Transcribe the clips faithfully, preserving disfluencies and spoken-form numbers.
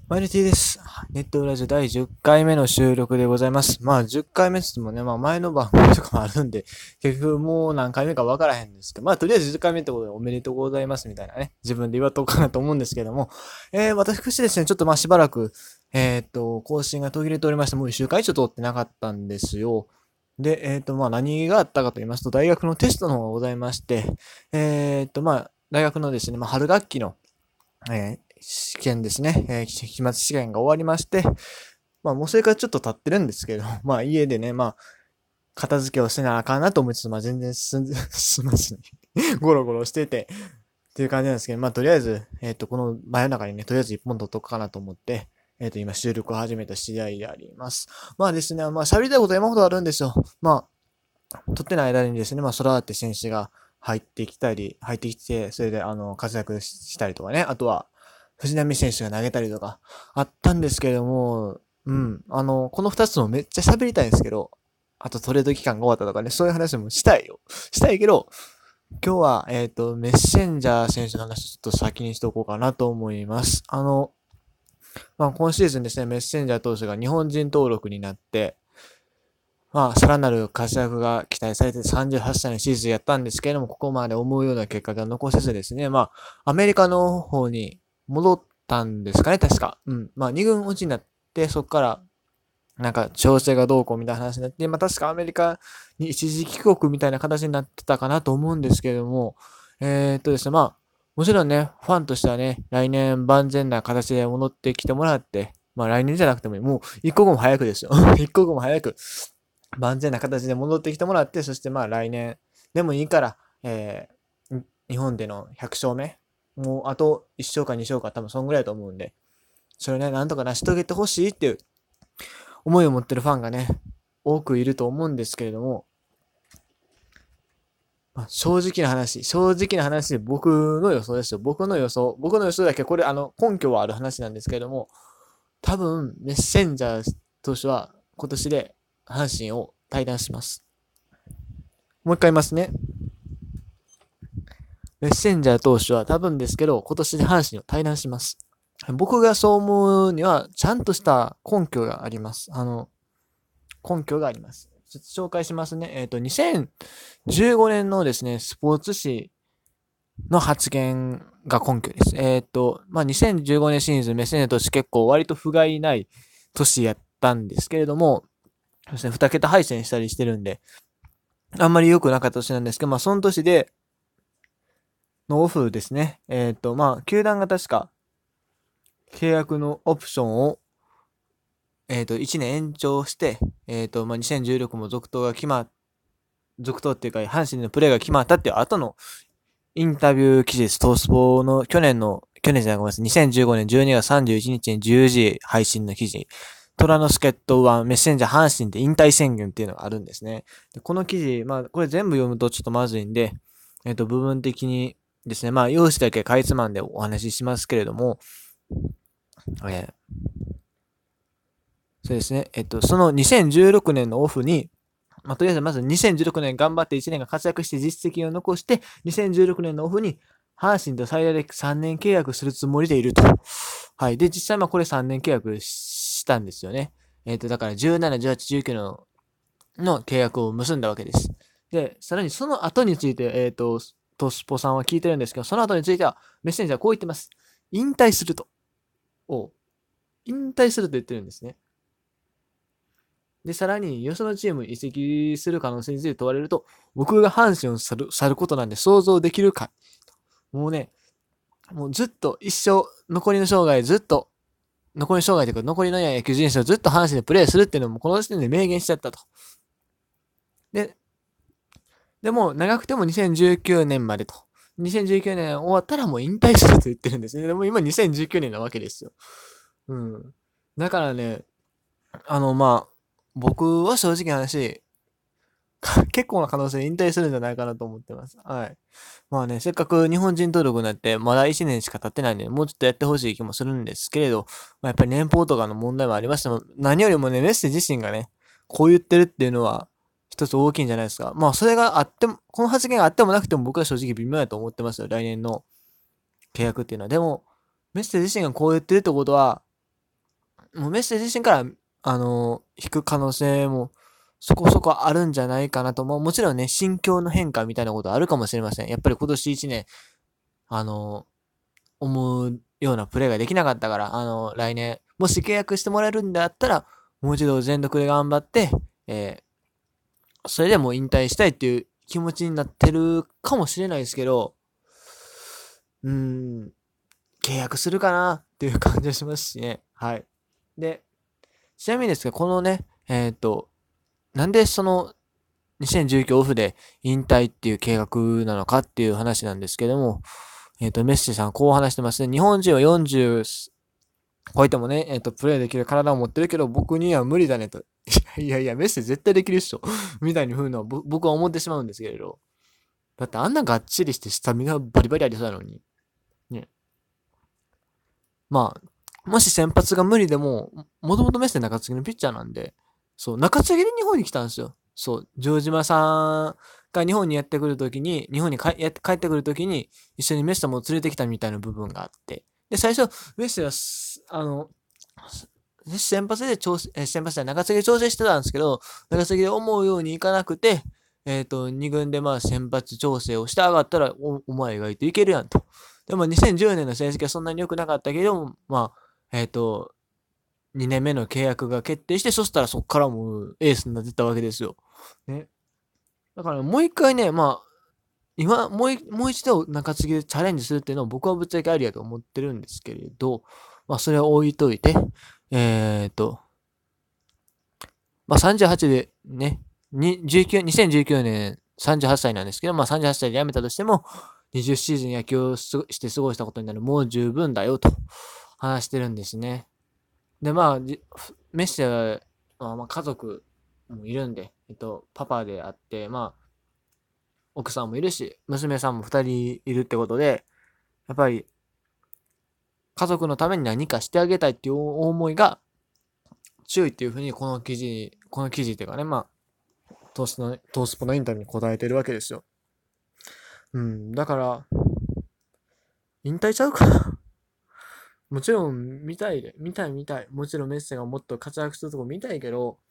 マイルティです。ネットラジオだいじゅっかいめの収録でございます。まあじゅっかいめっつってもね、まあ前の番組とかもあるんで、結局もう何回目かわからへんんですけど、まあとりあえずじゅっかいめってことでおめでとうございますみたいなね、自分で言わっとこうかなと思うんですけども、えー、私ですね、ちょっとまあしばらく、えーっと、更新が途切れておりまして、もういっしゅうかん以上通ってなかったんですよ。で、えーっと、まあ何があったかと言いますと、大学のテストの方がございまして、えーっと、まあ大学のですね、まあ春学期の、えー試験ですね、えー期末試験が終わりまして、まあもうそれからちょっと経ってるんですけど、まあ家でね、まあ片付けをせなあかんなと思いつつ、まあ全然進んで、進まずにゴロゴロしててっていう感じなんですけど、まあとりあえず、えっ、と、この真夜中にね、とりあえず一本取っとくかなと思って、えっ、と、今収録を始めた次第であります。まあですね、まあ喋りたいことは山ほどあるんですよ。まあ、撮ってない間にですね、まあ空って選手が入ってきたり、入ってきて、それであの、活躍したりとかね、あとは、藤浪選手が投げたりとか、あったんですけれども、うん、あの、この二つもめっちゃ喋りたいんですけど、あとトレード期間が終わったとかね、そういう話もしたいよ。したいけど、今日は、えっ、と、メッセンジャー選手の話ちょっと先にしておこうかなと思います。あの、まあ、今シーズンですね、メッセンジャー投手が日本人登録になって、まあ、さらなる活躍が期待されてさんじゅうはっさいのシーズンやったんですけれども、ここまで思うような結果が残せずですね、まあ、アメリカの方に戻ったんですかね、確か。うん。まあ、に軍落ちになって、そこから、なんか、調整がどうこうみたいな話になって、まあ、確かアメリカに一時帰国みたいな形になってたかなと思うんですけれども、えー、っとですね、まあ、もちろんね、ファンとしてはね、来年万全な形で戻ってきてもらって、まあ来年じゃなくてもいい。もう一刻も早くですよ。一刻も早く万全な形で戻ってきてもらって、そしてまあ来年でもいいから、えー、日本でのひゃく勝目、もうあといっ勝かに勝か多分そんぐらいだと思うんで、それをね、なんとか成し遂げてほしいっていう思いを持ってるファンがね、多くいると思うんですけれども、まあ、正直な話、正直な話で僕の予想ですよ。僕の予想。僕の予想だけこれあの根拠はある話なんですけれども、多分メッセンジャー投手は今年で阪神を退団します。もう一回言いますね。メッセンジャー投手は多分ですけど、今年で阪神を退団します。僕がそう思うには、ちゃんとした根拠があります。あの、根拠があります。ちょっと紹介しますね。えっ、と、にせんじゅうごねんのですね、スポーツ紙の発言が根拠です。えっ、と、まあ、にせんじゅうごねんシーズン、メッセンジャー投手結構割と不甲斐ない年やったんですけれども、そしてに桁敗戦したりしてるんで、あんまり良くなかった年なんですけど、まあ、その年で、のオフですね。えっ、と、まあ、球団が確か、契約のオプションを、えっ、と、いちねん延長して、えっ、と、まあ、にせんじゅうろくも続投が決まっ、続投っていうか、阪神のプレーが決まったっていう後のインタビュー記事です。トースポの去年の、去年じゃないごめんなさい。にせんじゅうごねんじゅうにがつさんじゅういちにちにじゅうじ配信の記事。虎の助っ人はメッセンジャー阪神で引退宣言っていうのがあるんですね。でこの記事、まあ、これ全部読むとちょっとまずいんで、えっ、と、部分的にですね、まあ、用紙だけかいつまんでお話ししますけれども、えーそうですね。えっと、そのにせんじゅうろくねんのオフに、まあ、とりあえずまずにせんじゅうろくねん頑張っていちねんが活躍して実績を残して、にせんじゅうろくねんのオフに阪神と最大でさんねん契約するつもりでいると。はい。で、実際まあこれさんねん契約したんですよね。えっと、だからじゅうなな、じゅうはち、じゅうきゅうのの契約を結んだわけです。で、さらにその後について、えっと、トスポさんは聞いてるんですけど、その後についてはメッセンジャーはこう言ってます。引退すると。お引退すると言ってるんですね。で、さらに、よそのチームに移籍する可能性について問われると、僕が阪神を去る去ることなんで想像できるか。もうね、もうずっと一生、残りの生涯ずっと、残りの生涯というか、残りの野球人生をずっと阪神でプレーするっていうのもこの時点で明言しちゃったと。で、でも長くてもにせんじゅうきゅうねんまでと。にせんじゅうきゅうねん終わったらもう引退すると言ってるんですね。でも今にせんじゅうきゅうねんなわけですよ。うん。だからね、あの、まあ、僕は正直な話、結構な可能性で引退するんじゃないかなと思ってます。はい。まあね、せっかく日本人登録になって、まだいちねんしか経ってないんで、もうちょっとやってほしい気もするんですけれど、まあ、やっぱり年俸とかの問題もありましても、何よりもね、メッセ自身がね、こう言ってるっていうのは、一つ大きいんじゃないですか。まあ、それがあっても、この発言があってもなくても僕は正直微妙だと思ってますよ。来年の契約っていうのは。でも、メッセ自身がこう言ってるってことは、 もうメッシ自身から、あの、引く可能性もそこそこあるんじゃないかなと。まあもちろんね、心境の変化みたいなことあるかもしれません。やっぱり今年一年、あの、思うようなプレーができなかったから、あの、来年、もし契約してもらえるんだったら、もう一度全力で頑張って、えー、それでもう引退したいっていう気持ちになってるかもしれないですけど、うーん、契約するかなっていう感じがしますしね。はい。で、ちなみにですが、このね、えっ、と、なんでそのにせんじゅうきゅうオフで引退っていう計画なのかっていう話なんですけども、えっ、と、メッシさんこう話してますね。日本人はよんじゅう超えてもね、えっ、と、プレイできる体を持ってるけど、僕には無理だねと。いやいや、メッシ絶対できるっしょ。みたいに風のぼ僕は思ってしまうんですけれど。だってあんながっちりしてスタミナバリバリありそうなのに。ね。まあ、もし先発が無理でも、もともとメッセ中継ぎのピッチャーなんで、そう、中継ぎで日本に来たんですよ。そう、城島さんが日本にやってくるときに、日本に帰や帰ってくるときに、一緒にメッセも連れてきたみたいな部分があって。で、最初、メッセはす、あの、先発で調整、え先発で中継ぎで調整してたんですけど、中継ぎで思うようにいかなくて、えっ、と、二軍でまあ先発調整をして上がったら、お、お前意外といけるやんと。でもにせんじゅうねんの成績はそんなに良くなかったけど、まあ、えっ、と、にねんめの契約が決定して、そしたらそっからもうエースになってたわけですよ。ね。だからもう一回ね、まあ、今、もういもう一度中継ぎでチャレンジするっていうのを僕はぶっちゃけありやと思ってるんですけれど、まあ、それは置いといて、えっ、と、まあ、さんじゅうはちでね、にじゅうきゅうにせんじゅうきゅうねんさんじゅうはっさいなんですけど、まあ、さんじゅうはっさいで辞めたとしても、にじゅうシーズン野球をして過ごしたことになる、もう十分だよと話してるんですね。で、まあ、メッシは、まあ、まあ家族もいるんで、えっと、パパであって、まあ、奥さんもいるし、娘さんも二人いるってことで、やっぱり家族のために何かしてあげたいっていう思いが強いっていうふうに、この記事、この記事っていうかね、まあ、トースの、トースポのインタビューに答えてるわけですよ。うん、だから、引退ちゃうかな。もちろん、見たいで、見たい見たい。もちろんメッセがもっと活躍するとこ見たいけど、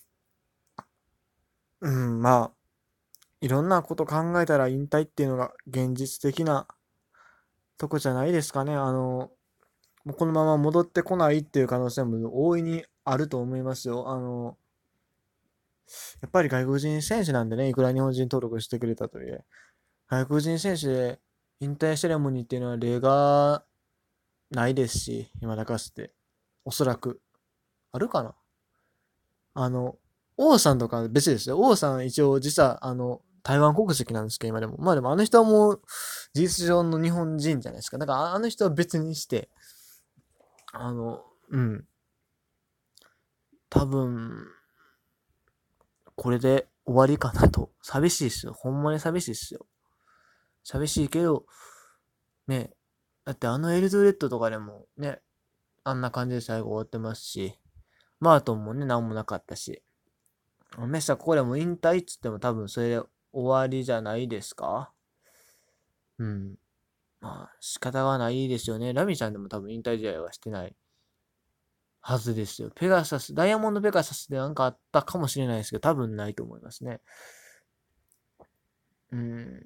うん、まあ、いろんなこと考えたら引退っていうのが現実的なとこじゃないですかね。あの、もうこのまま戻ってこないっていう可能性も大いにあると思いますよ。あの、やっぱり外国人選手なんでね、いくら日本人登録してくれたとはいえ、外国人選手で引退セレモニーっていうのは例がないですし、今だかつて。おそらく。あるかな。あの、王さんとか別ですよ。王さん一応実は、あの、台湾国籍なんですけど、今でも。まあでもあの人はもう、事実上の日本人じゃないですか。だからあの人は別にして、あの、うん。多分、これで終わりかなと。寂しいっすよ。ほんまに寂しいっすよ。寂しいけど、ね。だってあのエルドレッドとかでもね、あんな感じで最後終わってますし、マートンもね、なんもなかったし、メッシはここでも引退っつっても多分それで終わりじゃないですか。うん。まあ、仕方がないですよね。ラミちゃんでも多分引退試合はしてないはずですよ。ペガサス、ダイヤモンドペガサスでなんかあったかもしれないですけど、多分ないと思いますね。うん。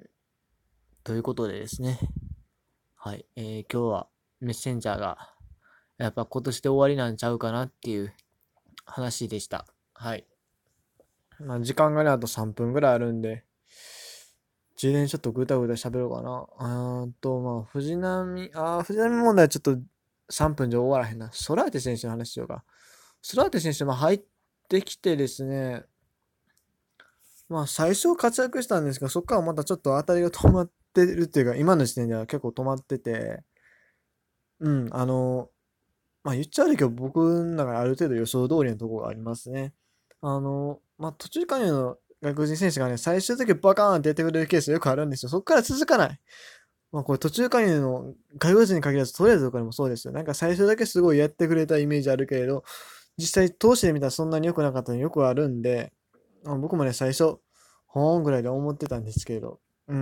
ということでですね。はい。えー、今日はメッセンジャーが、やっぱ今年で終わりなんちゃうかなっていう話でした。はい。まあ、時間がね、あとさんぷんぐらいあるんで、充電ちょっとぐだぐだ喋ろうかな。あーと、まあ、藤波、あー、藤波問題はちょっとさんぷんじゃ終わらへんな。ソラーテ選手の話しようか。ソラーテ選手も入ってきてですね、まあ、最初活躍したんですが、そこからまたちょっと当たりが止まってるっていうか、今の時点では結構止まってて、うん、あの、まあ言っちゃうけど、僕の中である程度予想通りのところがありますね。あの、まあ途中加入の外国人選手がね、最終的にバカーンって出てくれるケースよくあるんですよ。そこから続かない。まあこれ途中加入の外国人に限らずトレードとかでもそうですよ。なんか最初だけすごいやってくれたイメージあるけれど、実際通してみたらそんなに良くなかったのよくあるんで、あ僕もね、最初、ほーんぐらいで思ってたんですけど、うん。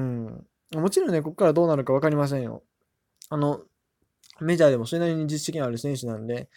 もちろんね、ここからどうなるかわかりませんよ。あの、メジャーでもそれなりに実績のある選手なんで、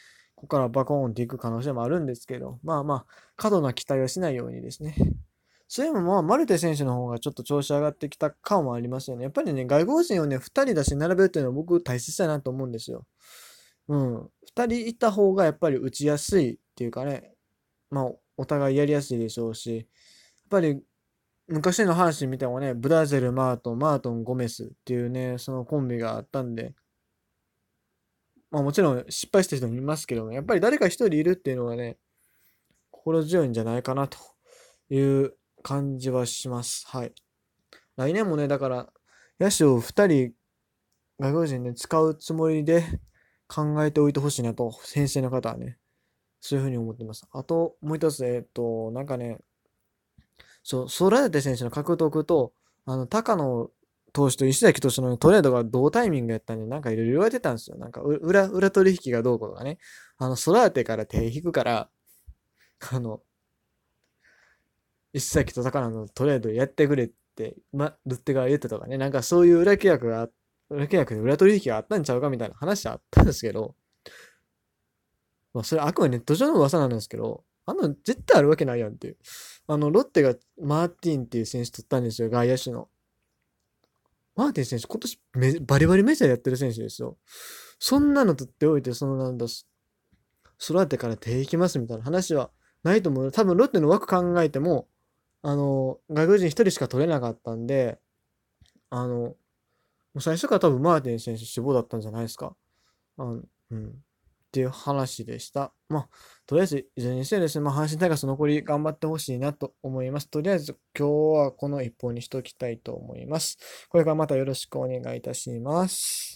ここからバコーンっていく可能性もあるんですけど、まあまあ、過度な期待はしないようにですね。それもまあ、マルテ選手の方がちょっと調子上がってきた感はありますよね。やっぱりね、外国人をね、ふたり出し並べるっていうのは僕大切だなと思うんですよ。うん。ふたりいた方がやっぱり打ちやすいっていうかね、まあ、お互いやりやすいでしょうし、やっぱり昔の話見てもね、ブラゼル、マートン、マートン、ゴメスっていうね、そのコンビがあったんで、まあもちろん失敗した人もいますけども、やっぱり誰か一人いるっていうのはね、心強いんじゃないかなという感じはします。はい。来年もね、だから、野手をふたり外国人ね、使うつもりで考えておいてほしいなと、先生の方はね、そういうふうに思ってます。あと、もう一つ、えっと、なんかね、そう、ソラヤテ選手の獲得と、あの、高野投手と石崎投手のトレードが同タイミングやったんで、なんかいろいろ言われてたんですよ。なんか、う裏、裏取引がどうこうとかね。あの、ソラヤテから手引くから、あの、石崎と高野のトレードやってくれって、ま、ルッテが言ってたとかね。なんかそういう裏契約が、裏契約で裏取引があったんちゃうかみたいな話あったんですけど、まあ、それあくまでネット上の噂なんですけど、あんなの絶対あるわけないやんっていう。あの、ロッテがマーティンっていう選手取ったんですよ、外野手の。マーティン選手、今年めバリバリメジャーやってる選手ですよ。そんなの取っておいて、そのなんだ、育てから手引きますみたいな話はないと思う。多分ロッテの枠考えても、あの、外国人一人しか取れなかったんで、あの、もう最初から多分マーティン選手志望だったんじゃないですか。あのうん。っていう話でした。まあ、とりあえず、いずれにしてもですね、まあ、阪神タイガース残り頑張ってほしいなと思います。とりあえず、今日はこの一本にしておきたいと思います。これからまたよろしくお願いいたします。